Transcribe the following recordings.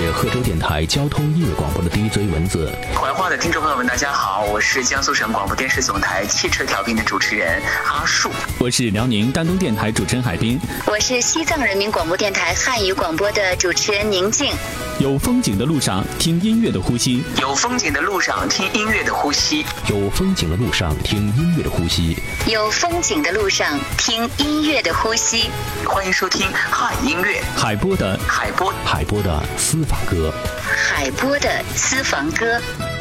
是贺州电台交通音乐广播的 DJ 文字。 怀化的听众朋友们，大家好，我是江苏省广播电视总台汽车调频的主持人阿树。 我是辽宁丹东电台主持人海滨。 我是西藏人民广播电台汉语广播的主持人宁静。 有风景的路上，听音乐的呼吸。 有风景的路上，听音乐的呼吸。 有风景的路上，听音乐的呼吸。 有风景的路上，听音乐的呼吸。 欢迎收听汉音乐， 海波的私房歌， 海波的私房歌。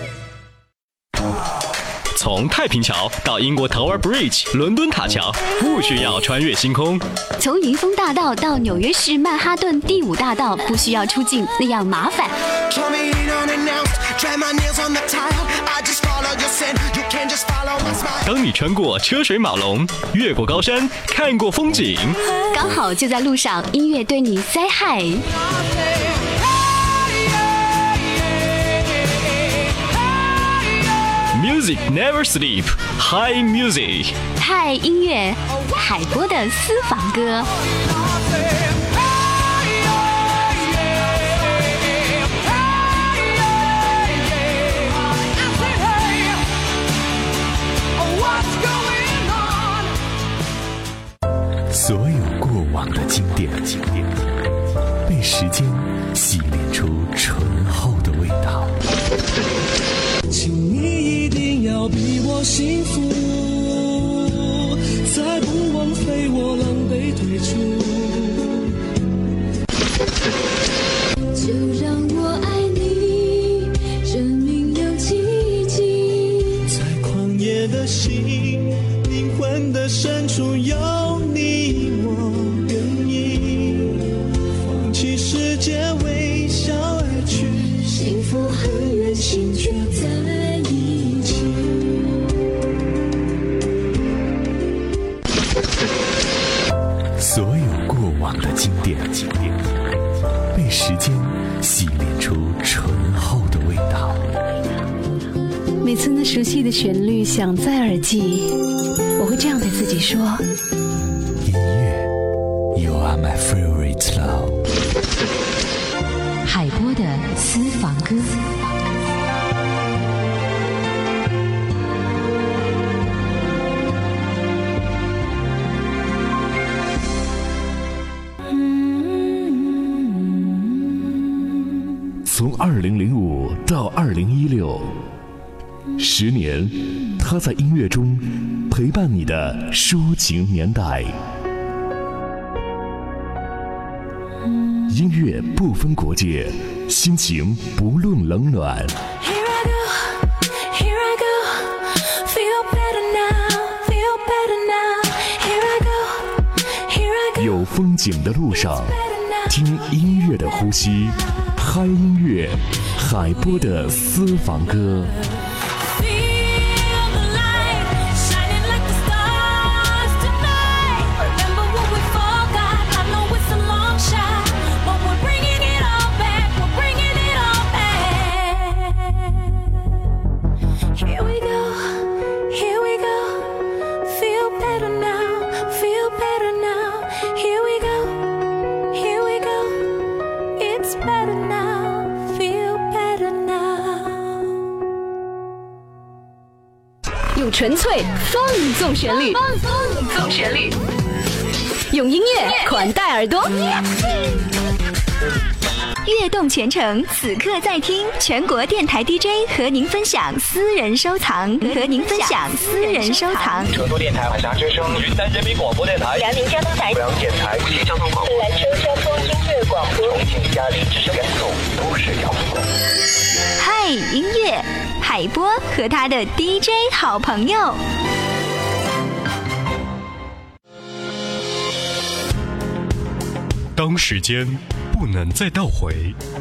从太平桥到英国 Tower Bridge 伦敦塔桥，不需要穿越星空； 从云峰大道到纽约市曼哈顿第5大道，不需要出境那样麻烦。 当你穿过车水马龙，越过高山，看过风景， 刚好就在路上，音乐对你 say hi。 Music never sleep. High music. 嗨音乐，海波的私房歌。 所有过往的经典，被时间洗炼出醇厚的味道。 请你一定要比我幸福，再不枉费我狼狈退出。 就让我爱你，证明有奇迹。 在旷野的心，灵魂的深处有你，我愿意放弃世界，微笑而去。 幸福很远，心却在一起。 所有过往的经典，被时间洗炼出醇厚的味道。 每次那熟悉的旋律响在耳际，我会这样对自己说： 音乐 ，You are my favorite love。 海波的私房歌。 从2005到2016，10年，他在音乐中陪伴你的抒情年代。音乐不分国界，心情不论冷暖。有风景的路上，听音乐的呼吸。嗨音乐，海波的私房歌。 用纯粹放纵旋律，用音乐款待耳朵。 悦动全程，此刻在听，全国电台 DJ 和您分享私人收藏，成都电台、海峡之声、云南人民广播电台、 辽宁交通台、 阜阳电台、无锡交通广播、 兰州交通音乐广播、 重庆嘉陵之声，都是摇滚。 嗨音乐，海波和他的 DJ 好朋友。 当时间不能再倒回。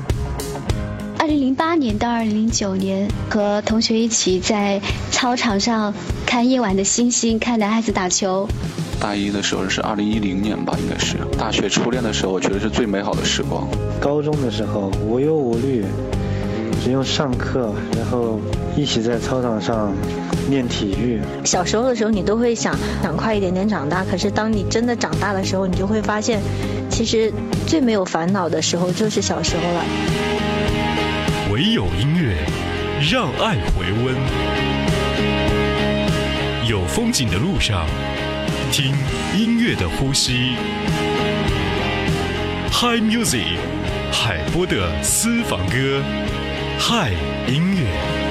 2008年到2009年，和同学一起在操场上看夜晚的星星，看男孩子打球。 大一的时候是2010年吧，应该是。大学初恋的时候，我觉得是最美好的时光。 高中的时候无忧无虑，只用上课，然后一起在操场上练体育。 小时候的时候，你都会想快一点点长大，可是当你真的长大的时候，你就会发现其实最没有烦恼的时候就是小时候了。 唯有音乐让爱回温，有风景的路上听音乐的呼吸。 Hi Music 海波的私房歌，嗨音乐。